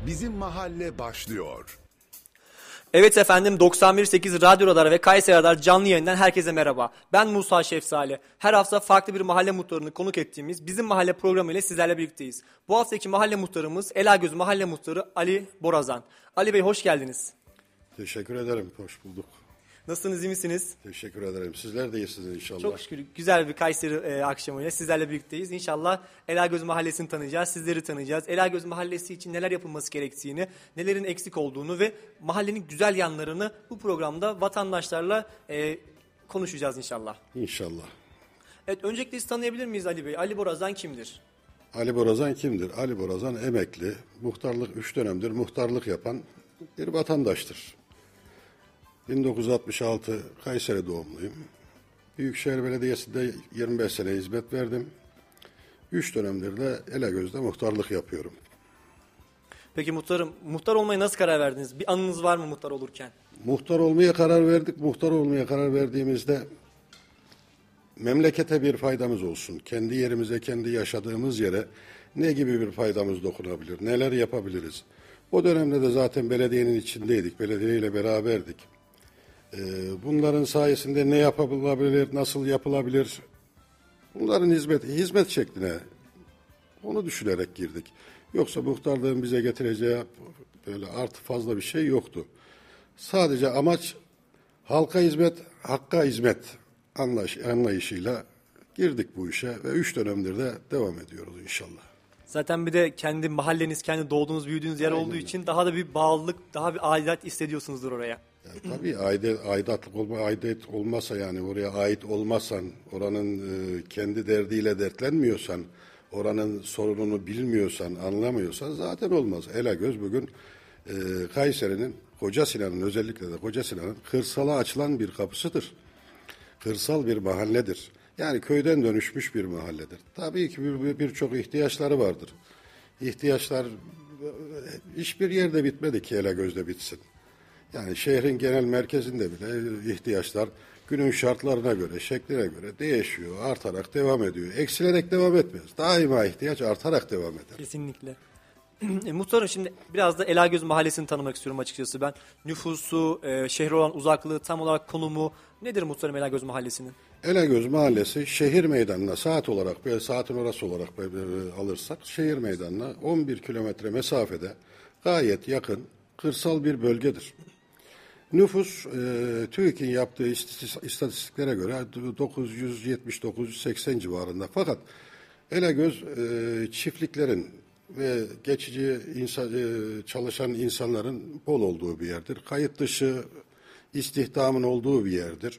Bizim Mahalle başlıyor. Evet efendim, 91.8 Radyo Radar ve Kayseri Radar canlı yayından herkese merhaba. Ben Musa Şefsali. Her hafta farklı bir mahalle muhtarını konuk ettiğimiz Bizim Mahalle programı ile sizlerle birlikteyiz. Bu haftaki mahalle muhtarımız Elagöz Mahalle Muhtarı Ali Borazan. Ali Bey hoş geldiniz. Teşekkür ederim, hoş bulduk. Nasılsınız, iyi misiniz? Teşekkür ederim. Sizler de iyisiniz inşallah. Çok şükür güzel bir Kayseri akşamıyla sizlerle birlikteyiz. İnşallah Elagöz Mahallesi'ni tanıyacağız, sizleri tanıyacağız. Elagöz Mahallesi için neler yapılması gerektiğini, nelerin eksik olduğunu ve mahallenin güzel yanlarını bu programda vatandaşlarla konuşacağız inşallah. İnşallah. Evet, öncelikle sizi tanıyabilir miyiz Ali Bey? Ali Borazan kimdir? Ali Borazan kimdir? Ali Borazan emekli, muhtarlık 3 dönemdir muhtarlık yapan bir vatandaştır. 1966 Kayseri doğumluyum. Büyükşehir Belediyesi'nde 25 sene hizmet verdim. 3 dönemdir de Elagöz'de muhtarlık yapıyorum. Peki muhtarım, muhtar olmaya nasıl karar verdiniz? Bir anınız var mı muhtar olurken? Muhtar olmaya karar verdik. Muhtar olmaya karar verdiğimizde memlekete bir faydamız olsun. Kendi yerimize, kendi yaşadığımız yere ne gibi bir faydamız dokunabilir? Neler yapabiliriz? O dönemde de zaten belediyenin içindeydik. Belediyeyle beraberdik. Bunların sayesinde ne yapılabilir, nasıl yapılabilir? Bunların hizmet şekline onu düşünerek girdik. Yoksa muhtarlığın bize getireceği böyle artı fazla bir şey yoktu. Sadece amaç halka hizmet, hakka hizmet anlayışıyla girdik bu işe ve 3 dönemdir de devam ediyoruz inşallah. Zaten bir de kendi mahalleniz, kendi doğduğunuz, büyüdüğünüz yer olduğu için daha da bir bağlılık, daha bir aidat hissediyorsunuzdur oraya. Yani tabii aidat olmazsa, yani oraya ait olmazsan, oranın kendi derdiyle dertlenmiyorsan, oranın sorununu bilmiyorsan, anlamıyorsan zaten olmaz. Elagöz bugün Kayseri'nin, Koca Sinan'ın, özellikle de Koca Sinan'ın kırsala açılan bir kapısıdır. Kırsal bir mahalledir. Yani köyden dönüşmüş bir mahalledir. Tabii ki birçok ihtiyaçları vardır. İhtiyaçlar hiçbir yerde bitmedi ki Elagöz'de bitsin. Yani şehrin genel merkezinde bile ihtiyaçlar günün şartlarına göre, şekline göre değişiyor, artarak devam ediyor. Eksilerek devam etmez. Daima ihtiyaç artarak devam eder. Kesinlikle. Muhtarım, şimdi biraz da Elagöz Mahallesi'ni tanımak istiyorum açıkçası ben. Nüfusu, şehre olan uzaklığı, tam olarak konumu nedir muhtarım Elagöz Mahallesi'nin? Elagöz Mahallesi şehir meydanına saatin orası olarak alırsak şehir meydanına 11 kilometre mesafede gayet yakın kırsal bir bölgedir. Nüfus TÜİK'in yaptığı istatistiklere göre 970-980 civarında. Fakat Elagöz çiftliklerin ve geçici çalışan insanların bol olduğu bir yerdir. Kayıt dışı istihdamın olduğu bir yerdir.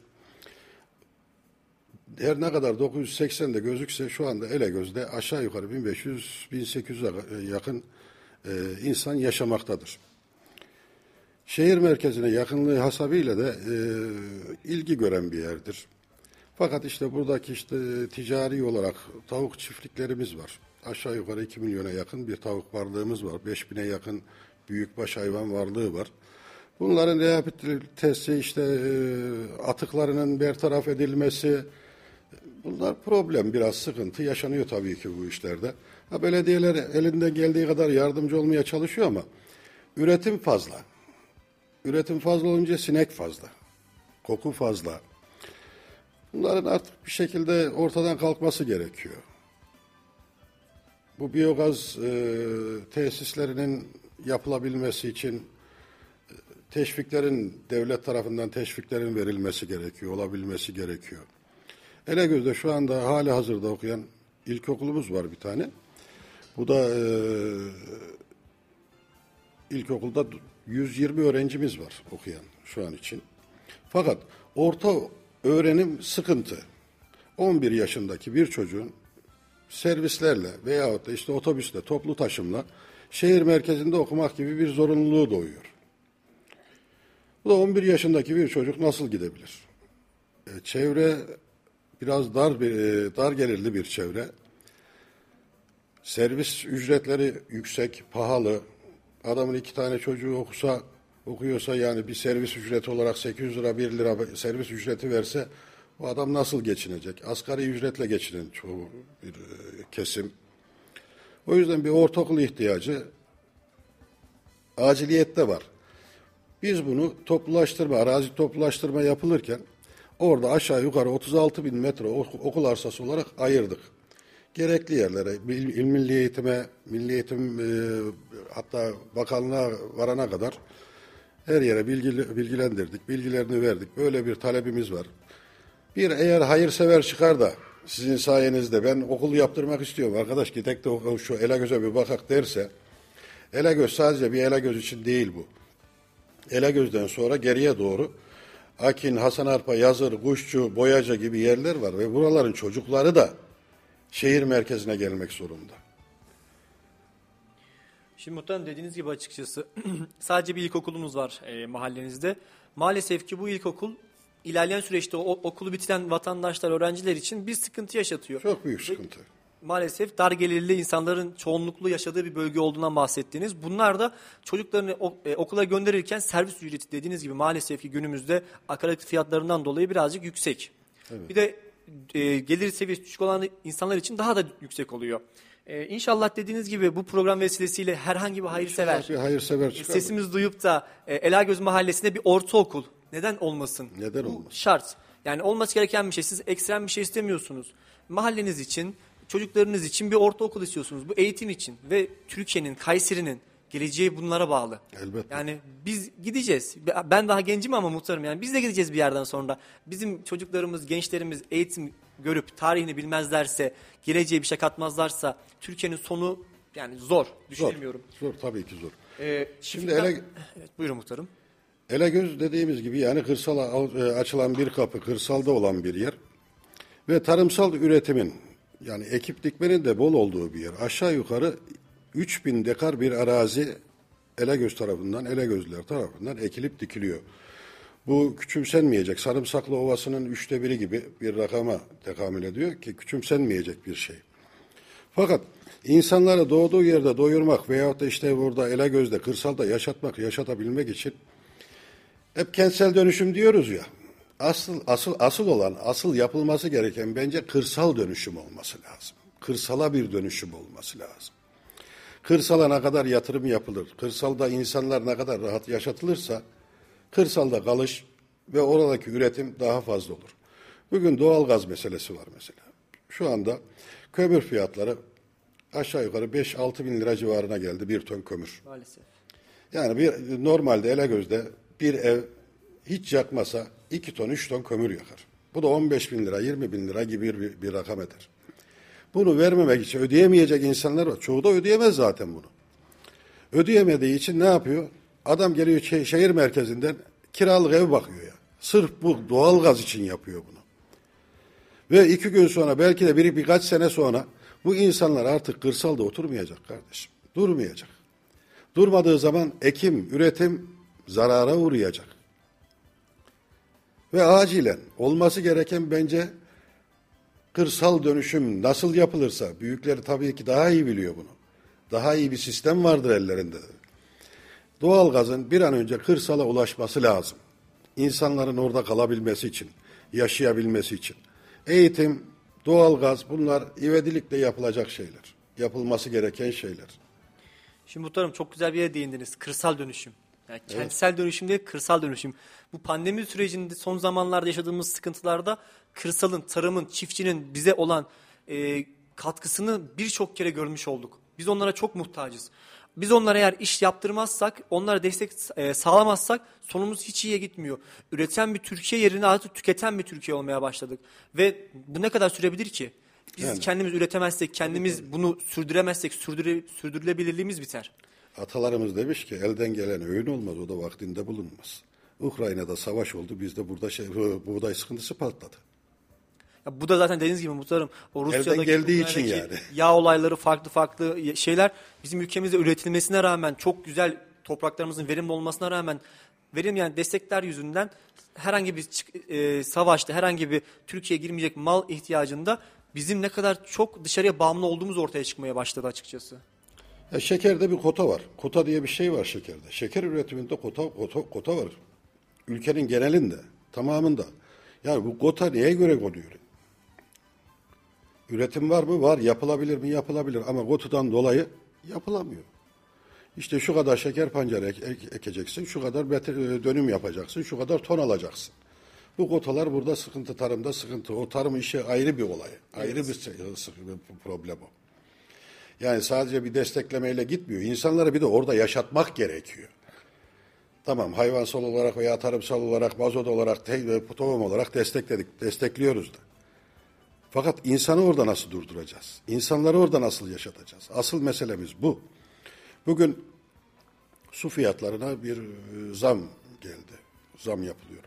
Her ne kadar 980'de gözükse şu anda Elagöz'de aşağı yukarı 1500-1800'e yakın insan yaşamaktadır. Şehir merkezine yakınlığı hasabıyla da ilgi gören bir yerdir. Fakat işte buradaki ticari olarak tavuk çiftliklerimiz var. Aşağı yukarı 2 milyona yakın bir tavuk varlığımız var. 5000'e yakın büyükbaş hayvan varlığı var. Bunların rehabilitesi, atıklarının bertaraf edilmesi, bunlar problem, biraz sıkıntı yaşanıyor tabii ki bu işlerde. Belediyeler elinden geldiği kadar yardımcı olmaya çalışıyor ama üretim fazla. Üretim fazla olunca sinek fazla, koku fazla. Bunların artık bir şekilde ortadan kalkması gerekiyor. Bu biyogaz tesislerinin yapılabilmesi için devlet tarafından teşviklerin verilmesi gerekiyor, olabilmesi gerekiyor. Elagöz'de şu anda hali hazırda okuyan ilkokulumuz var bir tane. Bu da ilkokulda 120 öğrencimiz var okuyan şu an için. Fakat orta öğrenim sıkıntı. 11 yaşındaki bir çocuğun servislerle veyahut da otobüsle, toplu taşımla şehir merkezinde okumak gibi bir zorunluluğu doğuyor. Bu da 11 yaşındaki bir çocuk nasıl gidebilir? Çevre biraz dar gelirli bir çevre. Servis ücretleri yüksek, pahalı. Adamın 2 tane çocuğu okuyorsa yani bir servis ücreti olarak 800 lira 1 lira servis ücreti verse o adam nasıl geçinecek? Asgari ücretle geçinen çoğu bir kesim. O yüzden bir ortaokul ihtiyacı aciliyet de var. Biz bunu arazi toplulaştırma yapılırken orada aşağı yukarı 36 bin metre okul arsası olarak ayırdık. Gerekli yerlere, Milli Eğitim'e, Milli Eğitim hatta bakanlığa varana kadar her yere bilgilendirdik, bilgilerini verdik. Böyle bir talebimiz var. Eğer hayırsever çıkar da sizin sayenizde ben okulu yaptırmak istiyorum arkadaş gidek de şu Elegöz'e bir bakak derse, Elegöz sadece bir Elegöz için değil bu. Elegöz'den sonra geriye doğru Akin, Hasan Arpa, Yazır, Kuşçu, Boyaca gibi yerler var ve buraların çocukları da şehir merkezine gelmek zorunda. Şimdi muhtemelen dediğiniz gibi açıkçası sadece bir ilkokulumuz var mahallenizde. Maalesef ki bu ilkokul ilerleyen süreçte okulu bitiren vatandaşlar, öğrenciler için bir sıkıntı yaşatıyor. Çok büyük sıkıntı. Maalesef dar gelirli insanların çoğunluklu yaşadığı bir bölge olduğundan bahsettiniz. Bunlar da çocuklarını okula gönderirken servis ücreti dediğiniz gibi maalesef ki günümüzde akaryakıt fiyatlarından dolayı birazcık yüksek. Evet. Bir de gelir seviyesi düşük olan insanlar için daha da yüksek oluyor. İnşallah dediğiniz gibi bu program vesilesiyle herhangi bir hayırsever çıkar. Sesimiz duyup da Elagöz Mahallesi'nde bir ortaokul neden olmasın? Neden bu olmasın? Şart. Yani olması gereken bir şey. Siz ekstrem bir şey istemiyorsunuz. Mahalleniz için, çocuklarınız için bir ortaokul istiyorsunuz. Bu eğitim için ve Türkiye'nin, Kayseri'nin geleceği bunlara bağlı. Elbette. Yani biz gideceğiz. Ben daha gencim ama muhtarım yani. Biz de gideceğiz bir yerden sonra. Bizim çocuklarımız, gençlerimiz eğitim görüp tarihini bilmezlerse, geleceğe bir şey katmazlarsa Türkiye'nin sonu yani zor. Düşünemiyorum. Zor tabii ki zor. Şimdi evet, buyurun muhtarım. Elegöz dediğimiz gibi yani kırsala açılan bir kapı, kırsalda olan bir yer ve tarımsal üretimin yani ekip dikmenin de bol olduğu bir yer. Aşağı yukarı 3000 dekar bir arazi Elegözlüler tarafından ekilip dikiliyor. Bu küçümsenmeyecek, Sarımsaklı Ovası'nın 1/3 gibi bir rakama tekamül ediyor ki küçümsenmeyecek bir şey. Fakat insanları doğduğu yerde doyurmak veyahut da işte burada Elegöz'de, kırsalda yaşatabilmek için hep kentsel dönüşüm diyoruz ya. Asıl yapılması gereken bence kırsal dönüşüm olması lazım. Kırsala bir dönüşüm olması lazım. Kırsala ne kadar yatırım yapılır, kırsalda insanlar ne kadar rahat yaşatılırsa kırsalda kalış ve oradaki üretim daha fazla olur. Bugün doğalgaz meselesi var mesela. Şu anda kömür fiyatları aşağı yukarı 5-6 bin lira civarına geldi bir ton kömür. Maalesef. Yani normalde Elegöz'de bir ev hiç yakmasa 2 ton 3 ton kömür yakar. Bu da 15 bin lira 20 bin lira gibi bir rakam eder. Bunu vermemek için ödeyemeyecek insanlar var. Çoğu da ödeyemez zaten bunu. Ödeyemediği için ne yapıyor? Adam geliyor şehir merkezinden kiralık ev bakıyor ya. Sırf bu doğalgaz için yapıyor bunu. Ve 2 gün sonra belki de birkaç sene sonra bu insanlar artık kırsalda oturmayacak kardeşim. Durmayacak. Durmadığı zaman ekim, üretim zarara uğrayacak. Ve acilen olması gereken bence kırsal dönüşüm nasıl yapılırsa, büyükleri tabii ki daha iyi biliyor bunu. Daha iyi bir sistem vardır ellerinde. Doğalgazın bir an önce kırsala ulaşması lazım. İnsanların orada kalabilmesi için, yaşayabilmesi için. Eğitim, doğalgaz bunlar ivedilikle yapılacak şeyler. Yapılması gereken şeyler. Şimdi muhtarım çok güzel bir yere değindiniz. Kırsal dönüşüm. Yani kentsel dönüşüm değil, kırsal dönüşüm. Bu pandemi sürecinde son zamanlarda yaşadığımız sıkıntılarda kırsalın, tarımın, çiftçinin bize olan katkısını birçok kere görmüş olduk. Biz onlara çok muhtacız. Biz onlara eğer iş yaptırmazsak, onlara destek sağlamazsak sonumuz hiç iyiye gitmiyor. Üreten bir Türkiye yerine artık tüketen bir Türkiye olmaya başladık. Ve bu ne kadar sürebilir ki? Biz kendimiz üretemezsek, kendimiz bunu sürdüremezsek sürdürülebilirliğimiz biter. Atalarımız demiş ki elden gelen öğün olmaz, o da vaktinde bulunmaz. Ukrayna'da savaş oldu, bizde burada buğday sıkıntısı patladı. Ya bu da zaten dediğiniz gibi muhtarım o Rusya'daki geldiği için yani. Yağ olayları farklı şeyler bizim ülkemizde üretilmesine rağmen çok güzel topraklarımızın verimli olmasına rağmen yani destekler yüzünden herhangi bir savaşta herhangi bir Türkiye'ye girmeyecek mal ihtiyacında bizim ne kadar çok dışarıya bağımlı olduğumuz ortaya çıkmaya başladı açıkçası. Şekerde bir kota var. Kota diye bir şey var şekerde. Şeker üretiminde kota var. Ülkenin genelinde, tamamında. Yani bu kota neye göre konuyor? Üretim var mı? Var. Yapılabilir mi? Yapılabilir. Ama kotadan dolayı yapılamıyor. İşte şu kadar şeker pancarı ekeceksin, şu kadar dönüm yapacaksın, şu kadar ton alacaksın. Bu kotalar burada sıkıntı, tarımda sıkıntı. O tarım işi ayrı bir olay. Ayrı bir problem o. Yani sadece bir desteklemeyle gitmiyor. İnsanları bir de orada yaşatmak gerekiyor. Tamam, hayvansal olarak veya tarımsal olarak, mazot olarak, tohum olarak destekliyoruz da. Fakat insanı orada nasıl durduracağız? İnsanları orada nasıl yaşatacağız? Asıl meselemiz bu. Bugün su fiyatlarına bir zam geldi. Zam yapılıyor.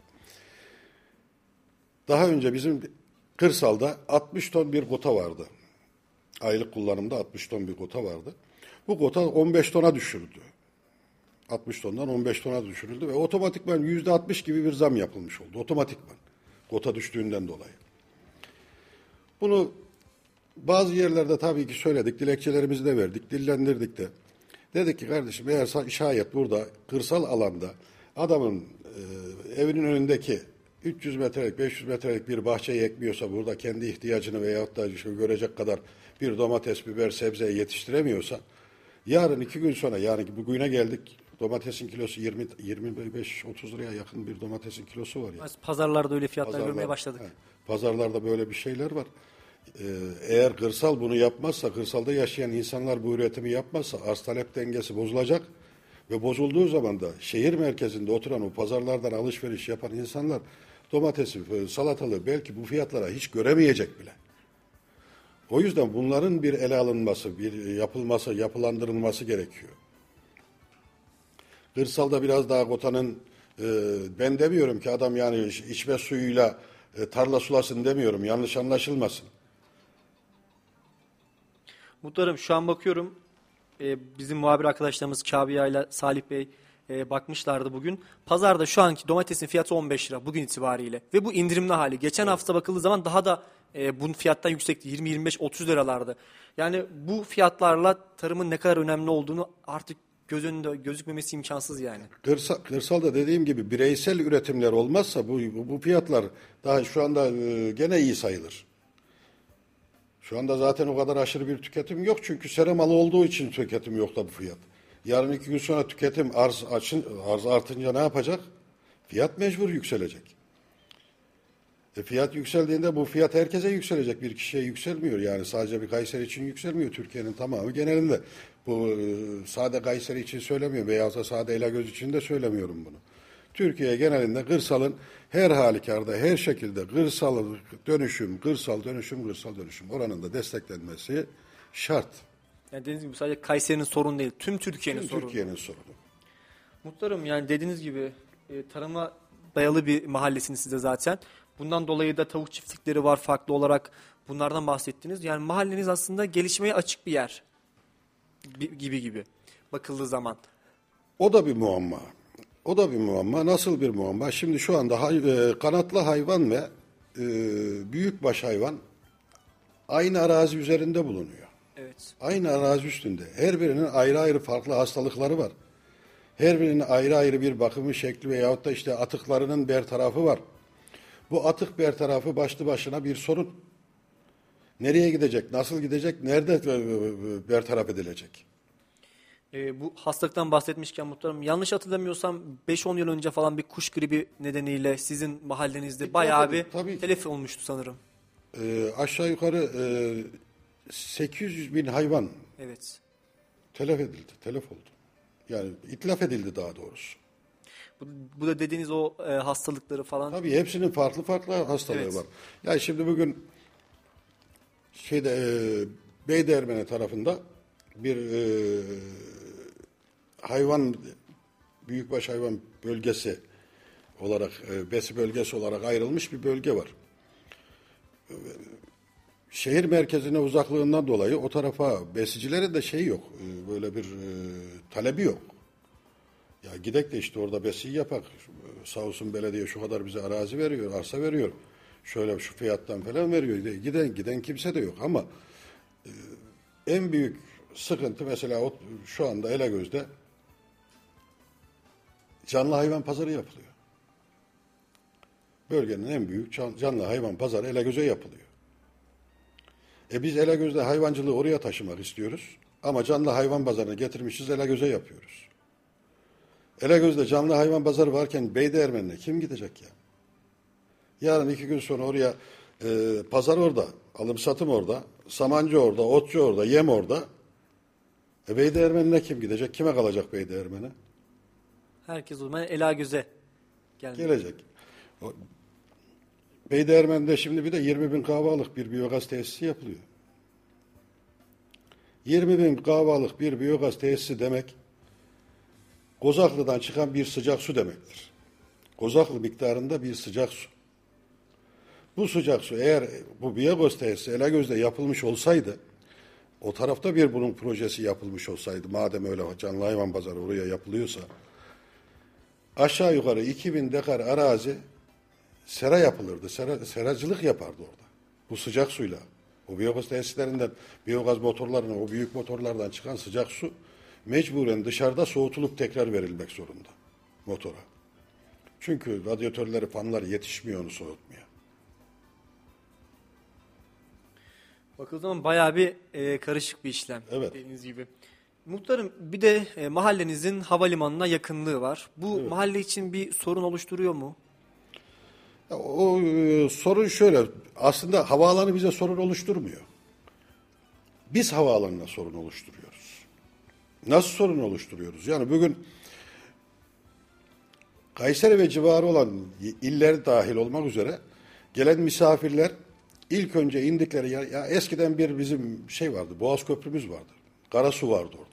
Daha önce bizim kırsalda 60 ton bir kota vardı. Aylık kullanımda 60 ton bir kota vardı. Bu kota 15 tona düşürdü. 60 tondan 15 tona düşürüldü ve otomatikman %60 gibi bir zam yapılmış oldu. Otomatikman. Kota düştüğünden dolayı. Bunu bazı yerlerde tabii ki söyledik, dilekçelerimizi de verdik, dillendirdik de. Dedik ki kardeşim eğer şayet burada kırsal alanda adamın evinin önündeki 300 metrelik, 500 metrelik bir bahçeyi ekmiyorsa, burada kendi ihtiyacını veyahut da görecek kadar bir domates, biber, sebzeyi yetiştiremiyorsa, yarın 2 gün sonra, yani bugüne geldik, domatesin kilosu 25-30 liraya yakın bir domatesin kilosu var ya. Pazarlarda öyle fiyatlar görmeye başladık. Pazarlarda böyle bir şeyler var. Eğer kırsal bunu yapmazsa, kırsalda yaşayan insanlar bu üretimi yapmazsa arz talep dengesi bozulacak ve bozulduğu zaman da şehir merkezinde oturan o pazarlardan alışveriş yapan insanlar domatesi, salatalığı belki bu fiyatlara hiç göremeyecek bile. O yüzden bunların bir ele alınması, bir yapılması, yapılandırılması gerekiyor. Kırsalda biraz daha kotanın, ben demiyorum ki adam yani içme suyuyla tarla sulasın demiyorum, yanlış anlaşılmasın. Muhtarım şu an bakıyorum bizim muhabir arkadaşlarımız Kabiya ile Salih Bey bakmışlardı bugün. Pazarda şu anki domatesin fiyatı 15 lira bugün itibariyle ve bu indirimli hali. Geçen hafta bakıldığı zaman daha da bunun fiyattan yüksekti. 20-25-30 liralardı. Yani bu fiyatlarla tarımın ne kadar önemli olduğunu artık göz önünde gözükmemesi imkansız yani. Kırsalda dediğim gibi bireysel üretimler olmazsa bu fiyatlar daha şu anda gene iyi sayılır. Şu anda zaten o kadar aşırı bir tüketim yok çünkü sera malı olduğu için tüketim yok da bu fiyat. Yarın 2 gün sonra tüketim arz artınca ne yapacak? Fiyat mecbur yükselecek. Fiyat yükseldiğinde bu fiyat herkese yükselecek. Bir kişiye yükselmiyor. Yani sadece bir Kayseri için yükselmiyor. Türkiye'nin tamamı genelinde. Bu sade Kayseri için söylemiyorum veya da sade Elagöz için de söylemiyorum bunu. Türkiye genelinde kırsalın her halükarda, her şekilde kırsal dönüşüm oranında desteklenmesi şart. Yani dediğiniz gibi sadece Kayseri'nin sorunu değil, tüm Türkiye'nin sorunu. Türkiye'nin sorunu. Muhtarım yani dediğiniz gibi tarıma dayalı bir mahallesiniz size zaten. Bundan dolayı da tavuk çiftlikleri var farklı olarak. Bunlardan bahsettiniz. Yani mahalleniz aslında gelişmeye açık bir yer gibi bakıldığı zaman. O da bir muamma. Nasıl bir muamma? Şimdi şu anda kanatlı hayvan ve büyükbaş hayvan aynı arazi üzerinde bulunuyor. Evet. Aynı arazi üstünde. Her birinin ayrı ayrı farklı hastalıkları var. Her birinin ayrı ayrı bir bakımı şekli veyahut da işte atıklarının bertarafı var. Bu atık bertarafı başlı başına bir sorun. Nereye gidecek, nasıl gidecek, nerede bertaraf edilecek? Bu hastalıktan bahsetmişken muhtarım yanlış hatırlamıyorsam 5-10 yıl önce falan bir kuş gribi nedeniyle sizin mahallenizde bayağı bir telef olmuştu sanırım. Aşağı yukarı 800 bin hayvan telef oldu. Yani itlaf edildi daha doğrusu. Bu da dediğiniz o hastalıkları falan. Tabii hepsinin farklı hastalığı var. Yani şimdi bugün Beyderbeni tarafında bir büyükbaş hayvan bölgesi olarak, besi bölgesi olarak ayrılmış bir bölge var. Şehir merkezine uzaklığından dolayı o tarafa besicilerin de yok, böyle bir talebi yok. Ya gidek de işte orada besiyi yapak. Sağ olsun belediye şu kadar bize arazi veriyor, arsa veriyor. Şöyle şu fiyattan falan veriyor. Giden kimse de yok ama en büyük sıkıntı mesela şu anda Elagöz'de canlı hayvan pazarı yapılıyor. Bölgenin en büyük canlı hayvan pazarı Elagöz'e yapılıyor. Biz Elagöz'de hayvancılığı oraya taşımak istiyoruz. Ama canlı hayvan pazarını getirmişiz, Elegöz'e yapıyoruz. Elegöz'de canlı hayvan pazarı varken Beydeğirmen'e kim gidecek ya? Yarın 2 gün sonra oraya pazar orada, alım satım orada, samancı orada, otçu orada, yem orada. Beydeğirmen'e kim gidecek? Kime kalacak Beydeğirmen'e? Herkes o zaman Elagöz'e Gelecek. Beydeğirmen'de şimdi bir de 20.000 kahvalık bir biyogaz tesisi yapılıyor. 20.000 kahvalık bir biyogaz tesisi demek, Kozaklı'dan çıkan bir sıcak su demektir. Kozaklı miktarında bir sıcak su. Bu sıcak su eğer bu biyogaz tesisi Elegöz'de yapılmış olsaydı, o tarafta bir bunun projesi yapılmış olsaydı, madem öyle canlı hayvan pazarı oraya yapılıyorsa, aşağı yukarı 2000 dekar arazi sera yapılırdı. Seracılık yapardı orada. Bu sıcak suyla. O biyogaz tesislerinden, biyogaz motorlarına, o büyük motorlardan çıkan sıcak su mecburen dışarıda soğutulup tekrar verilmek zorunda motora. Çünkü radyatörleri, fanları yetişmiyor onu soğutmaya. bakıldığı zaman bayağı bir karışık bir işlem. Evet. Dediğiniz gibi. Muhtarım, bir de mahallenizin havalimanına yakınlığı var. Bu mahalle için bir sorun oluşturuyor mu? O sorun şöyle, aslında havaalanı bize sorun oluşturmuyor. Biz havaalanına sorun oluşturuyoruz. Nasıl sorun oluşturuyoruz? Yani bugün Kayseri ve civarı olan iller dahil olmak üzere gelen misafirler ilk önce indikleri yer, ya eskiden bir bizim şey vardı, Boğaz Köprümüz vardı. Karasu vardı orada.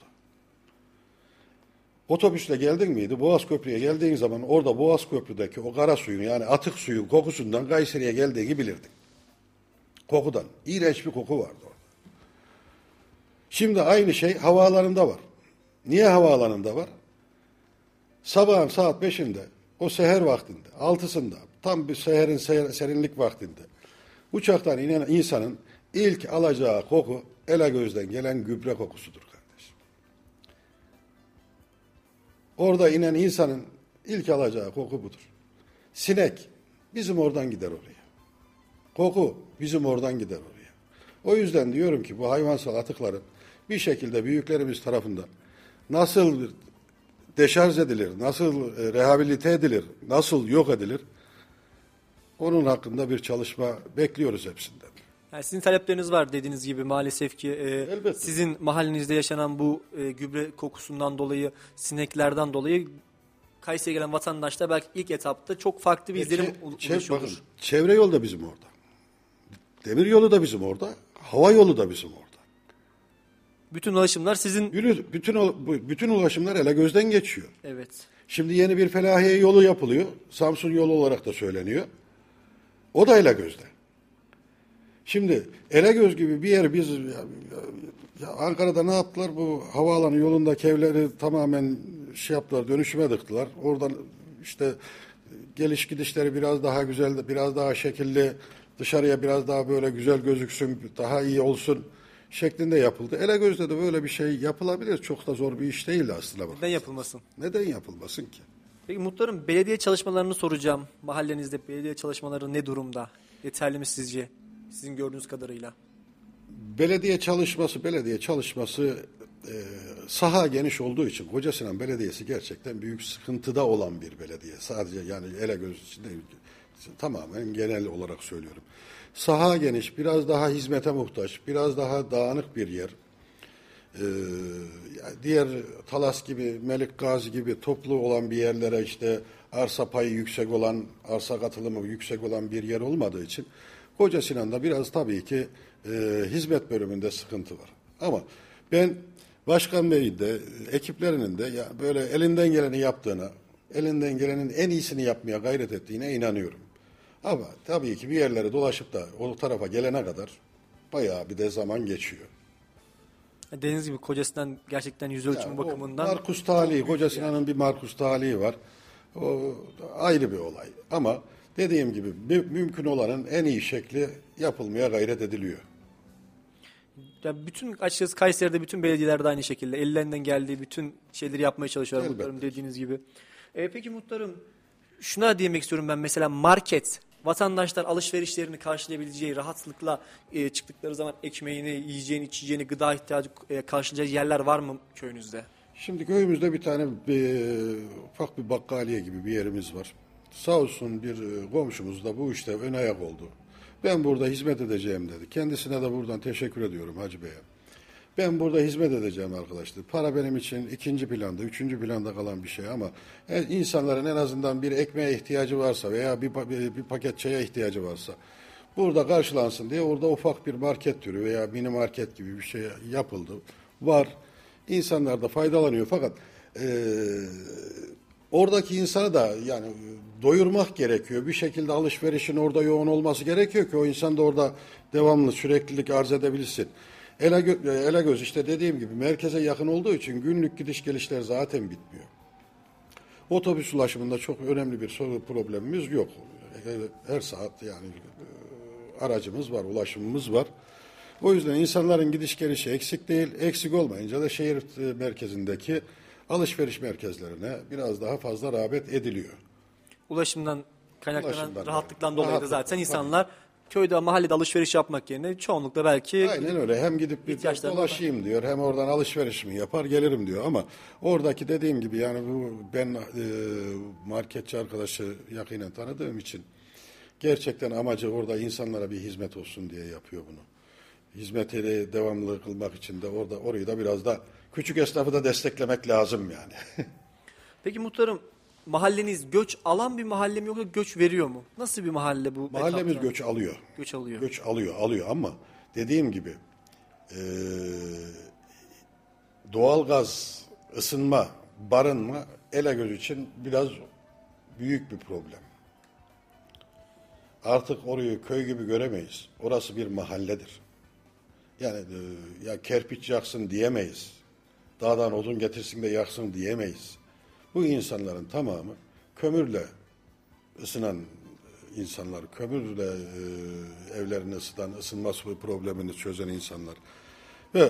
Otobüsle geldin miydi? Boğaz Köprü'ye geldiğin zaman orada Boğaz Köprü'deki o kara suyun, yani atık suyun kokusundan Kayseri'ye geldiğini bilirdin. Kokudan. İğrenç bir koku vardı orada. Şimdi aynı şey havaalanında var. Niye havaalanında var? Sabahın saat 5'inde, o seher vaktinde, 6'sında, tam bir seherin serinlik vaktinde uçaktan inen insanın ilk alacağı koku Elegöz'den gelen gübre kokusudur kardeşim. Orada inen insanın ilk alacağı koku budur. Sinek bizim oradan gider oraya. Koku bizim oradan gider oraya. O yüzden diyorum ki bu hayvansal atıkların bir şekilde büyüklerimiz tarafından nasıl deşarj edilir, nasıl rehabilite edilir, nasıl yok edilir, onun hakkında bir çalışma bekliyoruz hepsinden. Yani sizin talepleriniz var dediğiniz gibi maalesef ki Elbette. sizin mahallenizde yaşanan bu gübre kokusundan dolayı, sineklerden dolayı Kayseri'ye gelen vatandaşlar belki ilk etapta çok farklı bir izlenim oluşuyordur. Bakın, çevre yolu da bizim orada. Demir yolu da bizim orada. Hava yolu da bizim orada. Bütün ulaşımlar sizin... Bütün ulaşımlar Elegöz'den geçiyor. Evet. Şimdi yeni bir Felahiye yolu yapılıyor. Samsun yolu olarak da söyleniyor. O da Elegöz'de. Şimdi Elegöz gibi bir yer biz Ankara'da ne yaptılar? Bu havaalanı yolundaki evleri tamamen şey yaptılar, dönüşüme dıktılar. Oradan işte geliş gidişleri biraz daha güzel, biraz daha şekilli, dışarıya biraz daha böyle güzel gözüksün, daha iyi olsun şeklinde yapıldı. Elegöz'de de böyle bir şey yapılabilir. Çok da zor bir iş değil aslında. Neden yapılmasın? Neden yapılmasın ki? Peki muhtarım, belediye çalışmalarını soracağım. Mahallenizde belediye çalışmaları ne durumda? Yeterli mi sizce? Sizin gördüğünüz kadarıyla. Belediye çalışması saha geniş olduğu için Kocasinan Belediyesi gerçekten büyük sıkıntıda olan bir belediye. Sadece yani Elegöz için değil, tamamen genel olarak söylüyorum. Saha geniş, biraz daha hizmete muhtaç, biraz daha dağınık bir yer. Diğer Talas gibi, Melik Gazi gibi toplu olan bir yerlere işte arsa payı yüksek olan, arsa katılımı yüksek olan bir yer olmadığı için Kocasinan'da biraz tabii ki hizmet bölümünde sıkıntı var. Ama ben Başkan Bey'in de ekiplerinin de ya böyle elinden geleni yaptığına, elinden gelenin en iyisini yapmaya gayret ettiğine inanıyorum. Ama tabii ki bir yerlere dolaşıp da o tarafa gelene kadar bayağı bir de zaman geçiyor. Dediğiniz gibi Kocasinan gerçekten yüz ölçümü Yani bakımından... Markus talihi, Kocasinan'ın bir Markus talihi var. O ayrı bir olay. Ama dediğim gibi mümkün olanın en iyi şekli yapılmaya gayret ediliyor. Ya bütün açıkçası Kayseri'de bütün belediyeler de aynı şekilde ellerinden geldiği bütün şeyleri yapmaya çalışıyorlar Elbette. muhtarım dediğiniz gibi. Peki muhtarım, şuna demek istiyorum ben, mesela market vatandaşlar alışverişlerini karşılayabileceği, rahatlıkla çıktıkları zaman ekmeğini, yiyeceğini, içeceğini, gıda ihtiyacı karşılayacağı yerler var mı köyünüzde? Şimdi köyümüzde bir tane ufak bir bakkaliye gibi bir yerimiz var. Sağ olsun bir komşumuz da bu işte ön ayak oldu. Ben burada hizmet edeceğim dedi. Kendisine de buradan teşekkür ediyorum Hacı Bey'e. Ben burada hizmet edeceğim arkadaşlar. Para benim için ikinci planda, üçüncü planda kalan bir şey ama insanların en azından bir ekmeğe ihtiyacı varsa veya bir paket çaya ihtiyacı varsa burada karşılansın diye orada ufak bir market türü veya mini market gibi bir şey yapıldı. Var. İnsanlar da faydalanıyor fakat oradaki insanı da yani doyurmak gerekiyor. Bir şekilde alışverişin orada yoğun olması gerekiyor ki o insan da orada devamlı süreklilik arz edebilsin. Elegöz işte dediğim gibi merkeze yakın olduğu için günlük gidiş gelişler zaten bitmiyor. Otobüs ulaşımında çok önemli bir problemimiz yok. Her saat yani aracımız var, ulaşımımız var. O yüzden insanların gidiş gelişi eksik değil. Eksik olmayınca da şehir merkezindeki alışveriş merkezlerine biraz daha fazla rağbet ediliyor. Ulaşımdan kaynaklanan Ulaşımdan rahatlıktan dolayı da zaten insanlar köyde, mahallede alışveriş yapmak yerine çoğunlukla belki aynen öyle. Hem gidip bir dolaşayım diyor, hem oradan alışverişimi yapar gelirim diyor. Ama oradaki dediğim gibi yani ben marketçi arkadaşı yakinen tanıdığım için gerçekten amacı orada insanlara bir hizmet olsun diye yapıyor bunu. Hizmeti devamlı kılmak için de orayı da biraz da küçük esnafı da desteklemek lazım yani. Peki muhtarım, mahalleniz göç alan bir mahalle mi yoksa göç veriyor mu? Nasıl bir mahalle bu? Mahallemiz etapta? göç alıyor. Göç alıyor. Göç alıyor ama dediğim gibi doğalgaz, ısınma, barınma Elegöz için biraz büyük bir problem. Artık orayı köy gibi göremeyiz. Orası bir mahalledir. Yani ya kerpiç yaksın diyemeyiz. Dağdan odun getirsin de yaksın diyemeyiz. Bu insanların tamamı kömürle ısınan insanlar, kömürle evlerini ısıtan, ısınma problemini çözen insanlar. Ve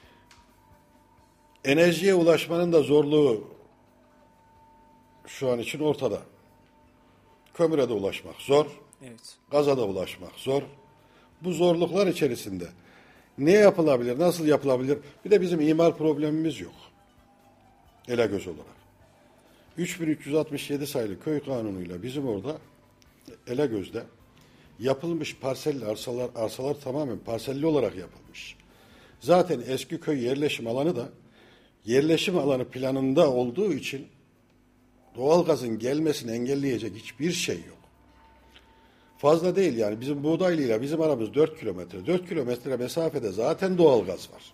enerjiye ulaşmanın da zorluğu şu an için ortada. Kömüre de ulaşmak zor, Evet. gaza da ulaşmak zor. Bu zorluklar içerisinde ne yapılabilir, nasıl yapılabilir? Bir de bizim imar problemimiz yok. Elegöz olarak. 3367 sayılı köy kanunuyla bizim orada Elegöz'de yapılmış parselli arsalar tamamen parselli olarak yapılmış. Zaten eski köy yerleşim alanı da yerleşim alanı planında olduğu için doğalgazın gelmesini engelleyecek hiçbir şey yok. Fazla değil yani bizim Buğdaylı ile bizim aramız 4 kilometre. 4 kilometre mesafede zaten doğalgaz var.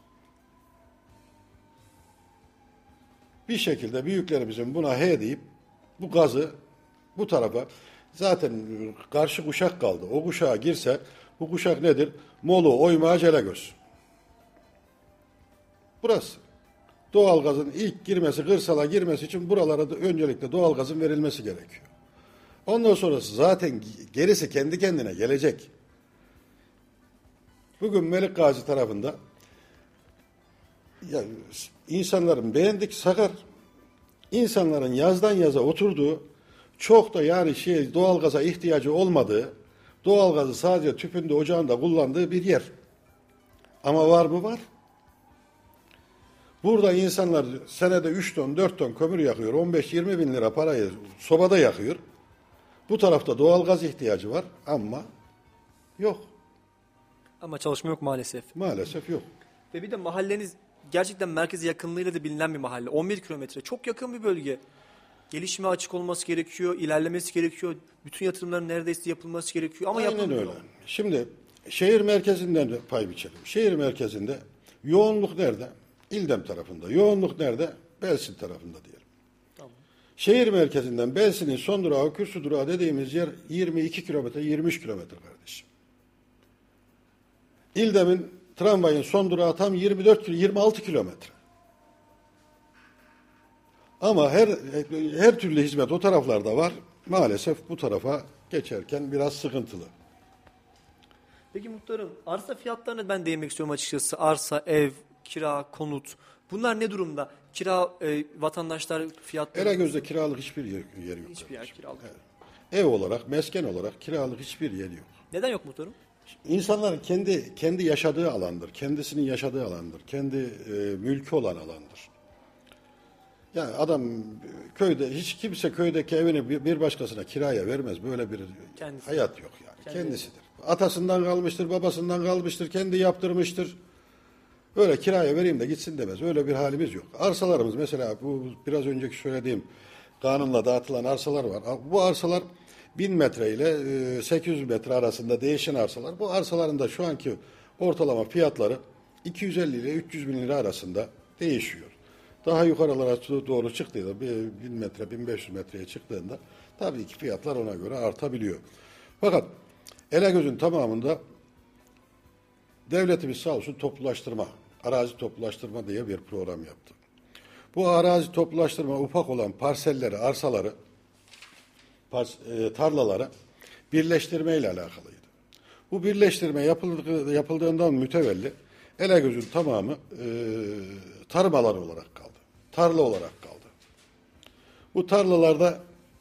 Bir şekilde büyüklerimizin buna he deyip bu gazı bu tarafa zaten karşı kuşak kaldı. O kuşağa girse bu kuşak nedir? Molu, Oymağı, Elegöz. Burası. Doğalgazın ilk girmesi, kırsala girmesi için buralara da öncelikle doğalgazın verilmesi gerekiyor. Ondan sonrası zaten gerisi kendi kendine gelecek. Bugün Melikgazi tarafında yani insanların beğendik sakar, insanların yazdan yaza oturduğu, çok da yani doğalgaza ihtiyacı olmadığı, doğalgazı sadece tüpünde ocağında kullandığı bir yer. Ama var mı? Var. Burada insanlar senede 3 ton 4 ton kömür yakıyor, 15-20 bin lira parayı sobada yakıyor. Bu tarafta doğalgaz ihtiyacı var ama yok. Ama çalışma yok maalesef. Maalesef yok. Ve bir de mahalleniz gerçekten merkeze yakınlığıyla da bilinen bir mahalle. 11 kilometre. Çok yakın bir bölge. Gelişime açık olması gerekiyor, ilerlemesi gerekiyor. Bütün yatırımların neredeyse yapılması gerekiyor ama Aynen yapılmıyor. öyle. Şimdi şehir merkezinden de pay biçelim. Şehir merkezinde yoğunluk nerede? İldem tarafında. Yoğunluk nerede? Belsin tarafında diyelim. Tamam. Şehir merkezinden Belsin'in son durağı, Kürsü durağı dediğimiz yer 22 kilometre, 23 kilometre kardeşim. İldem'in tramvayın son durağı tam 26 kilometre. Ama her türlü hizmet o taraflarda var. Maalesef bu tarafa geçerken biraz sıkıntılı. Peki muhtarım, arsa fiyatlarına ben değinmek istiyorum açıkçası. Arsa, ev, kira, konut. Bunlar ne durumda? Kira, vatandaşlar fiyatları... Elegöz'de kiralık hiçbir yer yok. Hiçbir yer kiralık. Evet. ev olarak, mesken olarak kiralık hiçbir yeri yok. Neden yok muhtarım? İnsanların kendi yaşadığı alandır, kendisinin yaşadığı alandır, kendi mülkü olan alandır. Yani adam köyde, hiç kimse köydeki evini bir başkasına kiraya vermez. Böyle bir Kendisi. hayat yok yani. Kendisidir. Atasından kalmıştır, babasından kalmıştır, kendi yaptırmıştır. Öyle kiraya vereyim de gitsin demez. Öyle bir halimiz yok. Arsalarımız mesela bu biraz önceki söylediğim kanunla dağıtılan arsalar var. Bu arsalar 1000 metre ile 800 metre arasında değişen arsalar. Bu arsaların da şu anki ortalama fiyatları 250 ile 300 bin lira arasında değişiyor. Daha yukarılara doğru çıktığında 1000 metre, 1500 metreye çıktığında tabii ki fiyatlar ona göre artabiliyor. Fakat Elegöz'ün tamamında devletimiz sağ olsun toplulaştırma, arazi toplulaştırma diye bir program yaptı. Bu arazi toplulaştırma ufak olan parselleri, arsaları, tarlaları birleştirmeyle alakalıydı. Bu birleştirme yapıldığından mütevelli Elegöz'ün tamamı tarım alanı olarak kaldı. Tarla olarak kaldı. Bu tarlalarda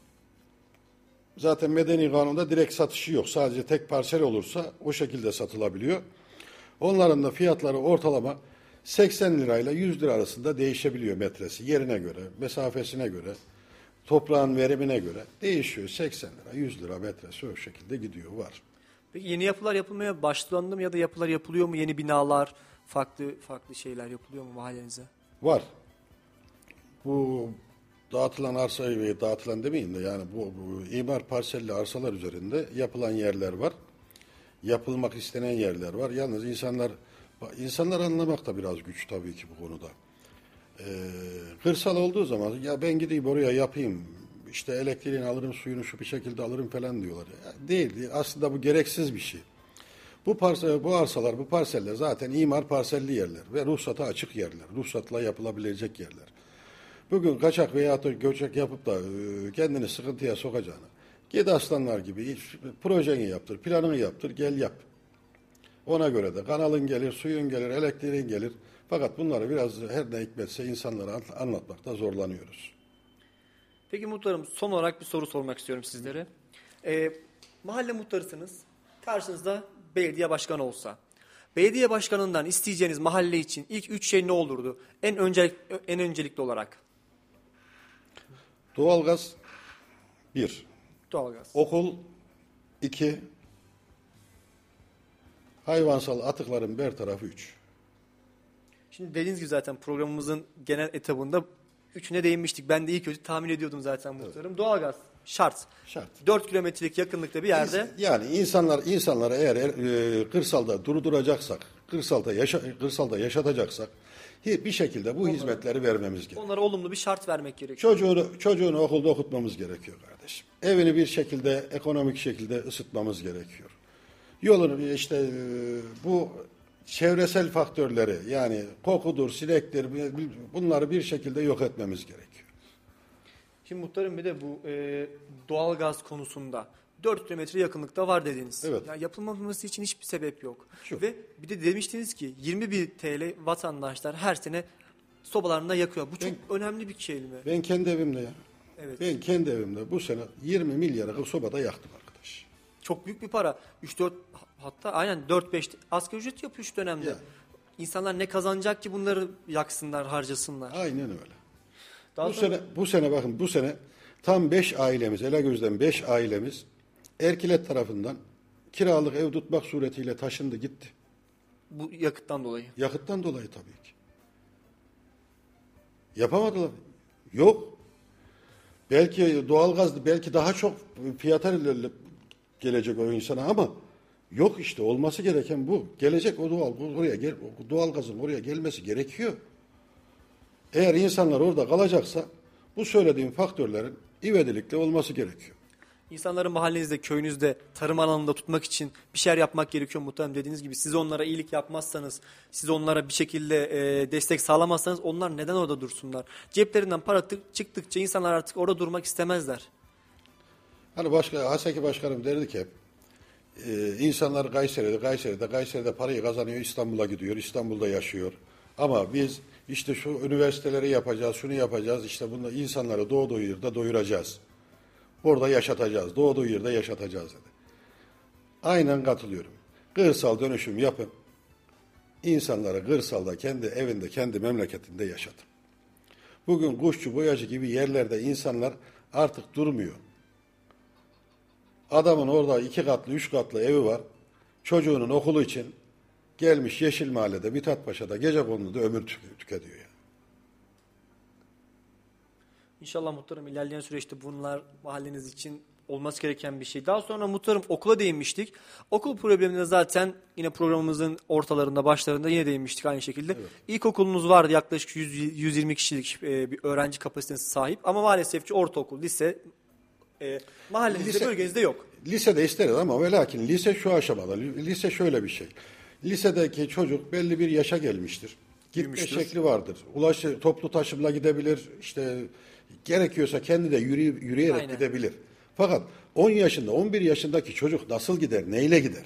zaten medeni kanunda direkt satışı yok. Sadece tek parsel olursa o şekilde satılabiliyor. Onların da fiyatları ortalama 80 lirayla 100 lira arasında değişebiliyor metresi. Yerine göre, mesafesine göre, toprağın verimine göre değişiyor. 80 lira, 100 lira metresi o şekilde gidiyor, var. Peki yeni yapılar yapılmaya başlandı mı ya da yapılar yapılıyor mu? Yeni binalar, farklı şeyler yapılıyor mu mahallenize? Var. Bu dağıtılan arsayı ve dağıtılan demeyeyim de yani bu imar parselli arsalar üzerinde yapılan yerler var. Yapılmak istenen yerler var. Yalnız insanlar anlamak da biraz güç tabii ki bu konuda. Kırsal olduğu zaman ya ben gideyim oraya yapayım, işte elektriğini alırım, suyunu şu bir şekilde alırım falan diyorlar. Ya değil. Aslında bu gereksiz bir şey. Bu arsalar, bu parseller zaten imar parselli yerler ve ruhsata açık yerler. Ruhsatla yapılabilecek yerler. Bugün kaçak veya göçek yapıp da kendini sıkıntıya sokacağına, git aslanlar gibi projeni yaptır, planını yaptır, gel yap. Ona göre de kanalın gelir, suyun gelir, elektriğin gelir. Fakat bunları biraz her ne hikmetse insanlara anlatmakta zorlanıyoruz. Peki muhtarım, son olarak bir soru sormak istiyorum sizlere. Mahalle muhtarısınız. Karşınızda belediye başkanı olsa. Belediye başkanından isteyeceğiniz mahalle için ilk 3 şey ne olurdu? En öncelikli olarak. Doğalgaz 1. Doğalgaz. Okul 2. Hayvansal atıkların bertarafı 3. Şimdi dediğiniz gibi zaten programımızın genel etabında üçüne değinmiştik. Ben de ilk önce tahmin ediyordum zaten muhtarım. Evet. Doğalgaz şart. 4 kilometrelik yakınlıkta bir yerde. Yani insanlara eğer kırsalda durduracaksak, kırsalda yaşatacaksak bir şekilde bu hizmetleri vermemiz gerekiyor. Onlara olumlu bir şart vermek gerekiyor. Çocuğunu okulda okutmamız gerekiyor kardeşim. Evini bir şekilde ekonomik şekilde ısıtmamız gerekiyor. Yolunu işte bu çevresel faktörleri yani kokudur, sinektir bunları bir şekilde yok etmemiz gerekiyor. Şimdi muhtarım bir de bu doğalgaz konusunda 4 kilometre yakınlıkta var dediniz. Evet. Yani yapılmaması için hiçbir sebep yok. Şu. Ve bir de demiştiniz ki 20.000 TL vatandaşlar her sene sobalarında yakıyor. Bu çok önemli bir kelime. Ben kendi evimde ya. Evet. Ben kendi evimde bu sene 20 milyara sobada yaktım arkadaş. Çok büyük bir para. 3-4 hatta aynen 4-5 asgari ücret yapıyor şu dönemde. Ya. İnsanlar ne kazanacak ki bunları yaksınlar, harcasınlar. Aynen öyle. Bu sene tam 5 ailemiz, Elegöz'den 5 ailemiz Erkilet tarafından kiralık ev tutmak suretiyle taşındı gitti. Bu yakıttan dolayı. Yakıttan dolayı tabii ki. Yapamadılar. Yok. Belki doğalgaz belki daha çok fiyata gelecek o insana ama yok işte olması gereken bu. Gelecek o doğalgazın oraya gelmesi gerekiyor. Eğer insanlar orada kalacaksa bu söylediğim faktörlerin ivedilikle olması gerekiyor. İnsanları mahallenizde, köyünüzde, tarım alanında tutmak için bir şeyler yapmak gerekiyor muhtemelen dediğiniz gibi. Siz onlara iyilik yapmazsanız, siz onlara bir şekilde destek sağlamazsanız onlar neden orada dursunlar? Ceplerinden para çıktıkça insanlar artık orada durmak istemezler. Hani Haseki Başkanım derdi ki hep, insanlar Kayseri'de parayı kazanıyor, İstanbul'a gidiyor, İstanbul'da yaşıyor. Ama biz işte şu üniversiteleri yapacağız, şunu yapacağız, işte bunları insanları doğduğu yerde doyuracağız. Burada yaşatacağız. Doğduğu yerde yaşatacağız dedi. Aynen katılıyorum. Kırsal dönüşüm yapın. İnsanları kırsalda, kendi evinde, kendi memleketinde yaşatın. Bugün Kuşçu, Boyacı gibi yerlerde insanlar artık durmuyor. Adamın orada 2 katlı, 3 katlı evi var. Çocuğunun okulu için gelmiş Yeşil Mahalle'de, Mithatpaşa'da, Gecekondu'da ömür tüketiyor. Yani. İnşallah muhtarım ilerleyen süreçte bunlar mahalleniz için olması gereken bir şey. Daha sonra muhtarım okula değinmiştik. Okul problemine zaten yine programımızın ortalarında, başlarında yine değinmiştik aynı şekilde. Evet. İlkokulunuz vardı, yaklaşık 120 kişilik bir öğrenci kapasitesi sahip. Ama maalesef ki ortaokul, lise mahallenizde, bölgenizde yok. Lisede isteriz ama ve lakin lise şu aşamada. Lise şöyle bir şey. Lisedeki çocuk belli bir yaşa gelmiştir. Gitme şekli vardır. Toplu taşımla gidebilir. İşte gerekiyorsa kendi de yürüyerek Aynen. gidebilir. Fakat 10 yaşında, 11 yaşındaki çocuk nasıl gider, neyle gider?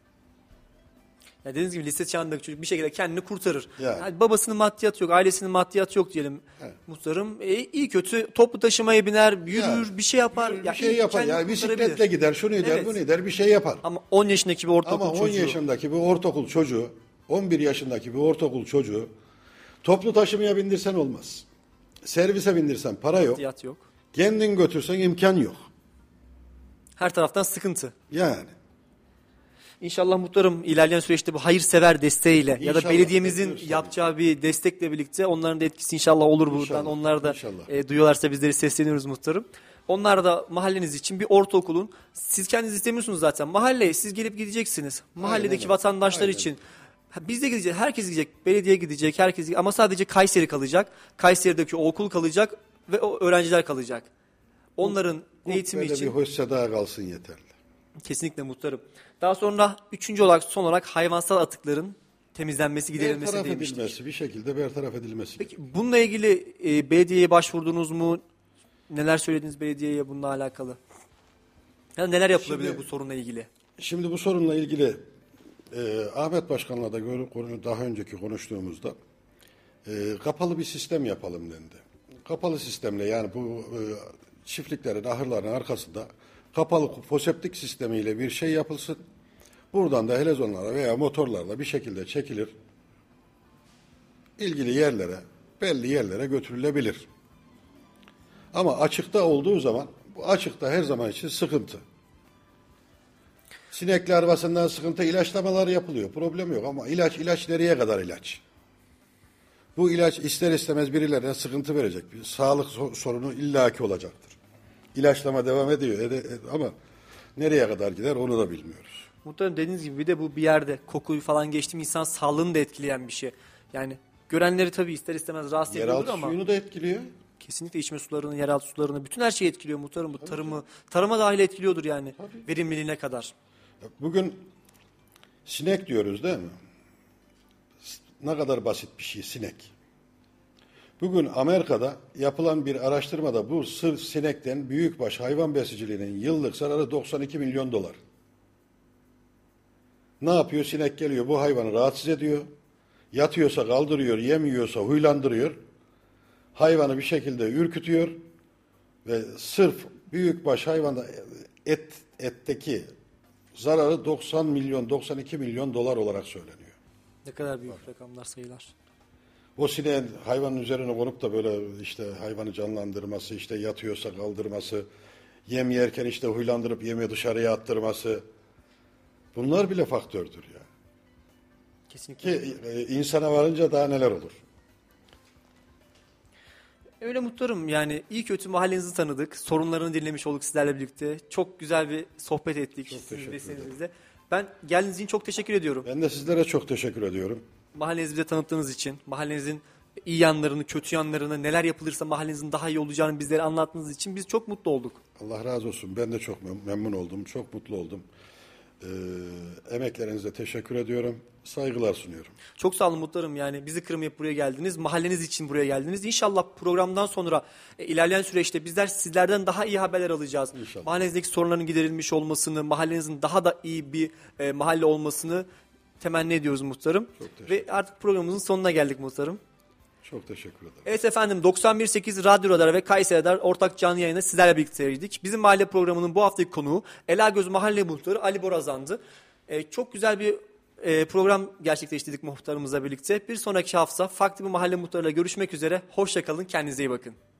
Ya dediğiniz gibi lise çağındaki çocuk bir şekilde kendini kurtarır. Yani babasının maddiyatı yok, ailesinin maddiyatı yok diyelim. Evet. Muhtarım iyi kötü toplu taşımaya biner, yürür, bir şey yapar. Bir şey yapar. Yani bisikletle gider, şunu eder, bunu eder, bir şey yapar. Ama 10 yaşındaki bir ortaokul çocuğu. Ama 10 yaşındaki bir ortaokul çocuğu, 11 yaşındaki bir ortaokul çocuğu toplu taşımaya bindirsen olmaz. Servise bindirsen para yok. Maddiyat yok. Kendin götürsen imkan yok. Her taraftan sıkıntı. Yani. İnşallah muhtarım ilerleyen süreçte bu hayırsever desteğiyle ya da belediyemizin yapacağı bir destekle birlikte onların da etkisi inşallah olur buradan. İnşallah, onlar da duyuyorlarsa bizleri sesleniyoruz muhtarım. Onlar da mahalleniz için bir ortaokulun, siz kendiniz istemiyorsunuz zaten. Mahalleye siz gelip gideceksiniz. Mahalledeki Aynen. vatandaşlar Aynen. için. Biz de gideceğiz. Herkes gidecek. Belediye gidecek. Herkes gidecek. Ama sadece Kayseri kalacak. Kayseri'deki o okul kalacak ve o öğrenciler kalacak. Onların eğitimi için. Bir hoş seda kalsın yeterli. Kesinlikle muhtarım. Daha sonra son olarak hayvansal atıkların temizlenmesi, giderilmesi demiştik. Edilmesi, bir şekilde bertaraf edilmesi. Peki bununla ilgili belediyeye başvurdunuz mu? Neler söylediniz belediyeye bununla alakalı? Yani neler yapılabilir bu sorunla ilgili? Şimdi bu sorunla ilgili Ahmet Başkan'la da daha önceki konuştuğumuzda kapalı bir sistem yapalım dendi. Kapalı sistemle yani bu çiftliklerin, ahırların arkasında kapalı foseptik sistemiyle bir şey yapılsın. Buradan da helezonlara veya motorlarla bir şekilde çekilir. İlgili yerlere, belli yerlere götürülebilir. Ama açıkta olduğu zaman, bu açıkta her zaman için sıkıntı. Sinek larvasından sıkıntı, ilaçlamalar yapılıyor. Problem yok ama ilaç nereye kadar ilaç? Bu ilaç ister istemez birilerine sıkıntı verecek. Bir sağlık sorunu illaki olacaktır. İlaçlama devam ediyor ama nereye kadar gider onu da bilmiyoruz. Muhtemelen dediğiniz gibi bir de bu bir yerde kokuyu falan geçti mi insan sağlığını da etkileyen bir şey. Yani görenleri tabii ister istemez rahatsız ediyordur ama. Yeraltı suyunu da etkiliyor. Kesinlikle içme sularını, yeraltı sularını, bütün her şeyi etkiliyor muhtarım. Bu tarıma dahil etkiliyordur yani. Tabii. Verimliliğine kadar. Bugün sinek diyoruz değil mi? Ne kadar basit bir şey sinek. Bugün Amerika'da yapılan bir araştırmada bu sırf sinekten büyükbaş hayvan besiciliğinin yıllık zararı 92 milyon dolar. Ne yapıyor? Sinek geliyor bu hayvanı rahatsız ediyor. Yatıyorsa kaldırıyor, yemiyorsa huylandırıyor. Hayvanı bir şekilde ürkütüyor ve sırf büyükbaş hayvanda etteki zararı 92 milyon dolar olarak söyleniyor. Ne kadar büyük rakamlar, sayılar. O sineğin hayvanın üzerine konup da böyle işte hayvanı canlandırması, işte yatıyorsa kaldırması, yem yerken işte huylandırıp yemi dışarıya attırması, bunlar bile faktördür yani. Kesinlikle. Ki insana varınca daha neler olur. Öyle muhtarım yani iyi kötü mahallenizi tanıdık. Sorunlarını dinlemiş olduk sizlerle birlikte. Çok güzel bir sohbet ettik. Çok teşekkür ederim. Ben geldiğiniz için çok teşekkür ediyorum. Ben de sizlere çok teşekkür ediyorum. Mahallenizi bize tanıttığınız için, mahallenizin iyi yanlarını, kötü yanlarını, neler yapılırsa mahallenizin daha iyi olacağını bizlere anlattığınız için biz çok mutlu olduk. Allah razı olsun. Ben de çok memnun oldum. Çok mutlu oldum. Emeklerinize teşekkür ediyorum. Saygılar sunuyorum. Çok sağ olun muhtarım. Yani bizi kırmayıp buraya geldiniz. Mahalleniz için buraya geldiniz. İnşallah programdan sonra ilerleyen süreçte bizler sizlerden daha iyi haberler alacağız. İnşallah. Mahallenizdeki sorunların giderilmiş olmasını, mahallenizin daha da iyi bir mahalle olmasını temenni ediyoruz muhtarım. Ve artık programımızın sonuna geldik muhtarım. Çok teşekkür ederim. Evet efendim, 91.8 Radyo Radar ve Kayseri Radar ortak canlı yayında sizlerle birlikteydik. Bizim mahalle programının bu haftaki konuğu Elagöz Mahalle Muhtarı Ali Borazan'dı. Çok güzel bir program gerçekleştirdik muhtarımızla birlikte. Bir sonraki hafta farklı bir mahalle muhtarıyla görüşmek üzere. Hoşça kalın, kendinize iyi bakın.